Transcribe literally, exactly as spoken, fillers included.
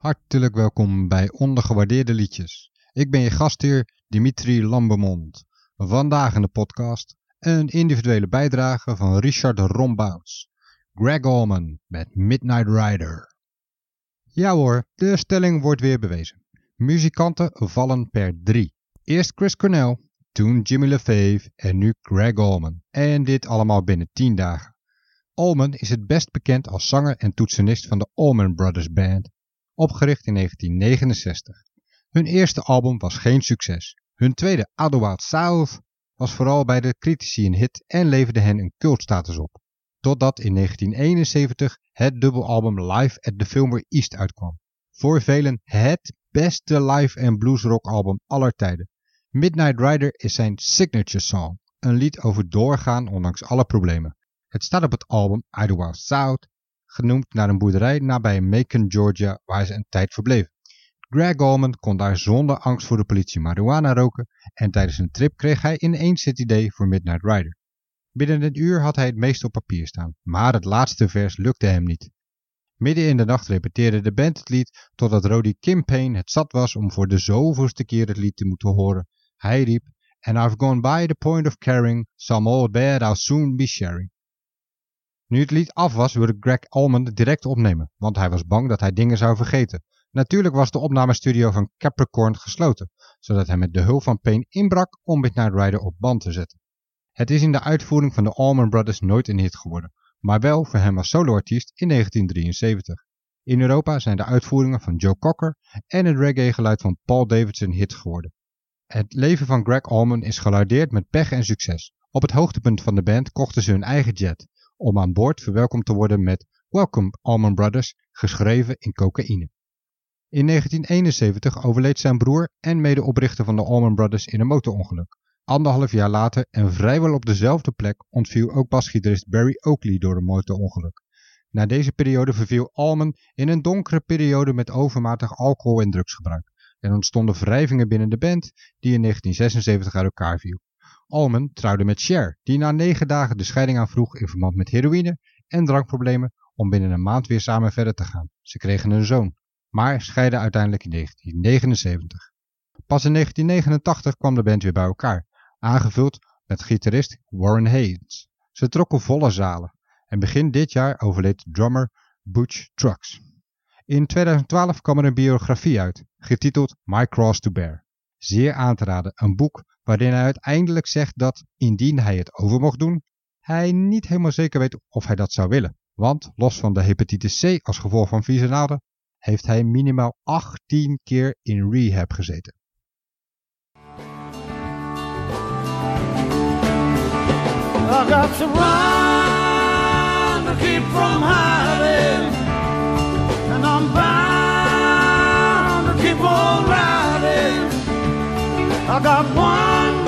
Hartelijk welkom bij Ondergewaardeerde Liedjes. Ik ben je gastheer Dimitri Lambemond. Vandaag in de podcast een individuele bijdrage van Richard Rombouts. Gregg Allman met Midnight Rider. Ja hoor, de stelling wordt weer bewezen. Muzikanten vallen per drie. Eerst Chris Cornell, toen Jimmy LaFave en nu Gregg Allman. En dit allemaal binnen tien dagen. Allman is het best bekend als zanger en toetsenist van de Allman Brothers Band, opgericht in negentien negenenzestig. Hun eerste album was geen succes. Hun tweede, Out Wild South, was vooral bij de critici een hit en leverde hen een cultstatus op. Totdat in negentien eenenzeventig het dubbelalbum Live at the Fillmore East uitkwam. Voor velen het beste live- en bluesrock album aller tijden. Midnight Rider is zijn signature song, een lied over doorgaan ondanks alle problemen. Het staat op het album Out Wild South, genoemd naar een boerderij nabij Macon, Georgia, waar ze een tijd verbleven. Gregg Allman kon daar zonder angst voor de politie marihuana roken en tijdens een trip kreeg hij ineens het idee voor Midnight Rider. Binnen een uur had hij het meest op papier staan, maar het laatste vers lukte hem niet. Midden in de nacht repeteerde de band het lied totdat Roddy Kimpane het zat was om voor de zoveelste keer het lied te moeten horen. Hij riep, "And I've gone by the point of caring, some old bed I'll soon be sharing." Nu het lied af was, wilde Gregg Allman het direct opnemen, want hij was bang dat hij dingen zou vergeten. Natuurlijk was de opnamestudio van Capricorn gesloten, zodat hij met de hulp van Payne inbrak om Midnight Rider op band te zetten. Het is in de uitvoering van de Allman Brothers nooit een hit geworden, maar wel voor hem als soloartiest in negentien drieënzeventig. In Europa zijn de uitvoeringen van Joe Cocker en het reggae-geluid van Paul Davidson hits geworden. Het leven van Gregg Allman is gelardeerd met pech en succes. Op het hoogtepunt van de band kochten ze hun eigen jet, om aan boord verwelkomd te worden met Welcome Allman Brothers, geschreven in cocaïne. In negentien eenenzeventig overleed zijn broer en medeoprichter van de Allman Brothers in een motorongeluk. Anderhalf jaar later en vrijwel op dezelfde plek ontviel ook basgitarist Barry Oakley door een motorongeluk. Na deze periode verviel Allman in een donkere periode met overmatig alcohol- en drugsgebruik. Er ontstonden wrijvingen binnen de band die in negentien zesenzeventig uit elkaar viel. Allman trouwde met Cher, die na negen dagen de scheiding aanvroeg in verband met heroïne en drankproblemen om binnen een maand weer samen verder te gaan. Ze kregen een zoon, maar scheidden uiteindelijk in negentien negenenzeventig. Pas in negentien negenentachtig kwam de band weer bij elkaar, aangevuld met gitarist Warren Haynes. Ze trokken volle zalen en begin dit jaar overleed drummer Butch Trucks. In tweeduizend twaalf kwam er een biografie uit, getiteld My Cross to Bear. Zeer aan te raden, een boek waarin hij uiteindelijk zegt dat, indien hij het over mocht doen, hij niet helemaal zeker weet of hij dat zou willen. Want, los van de hepatitis C als gevolg van vieze naalden, heeft hij minimaal achttien keer in rehab gezeten. I got to run to keep from hiding, and I'm bound to keep on riding. I got one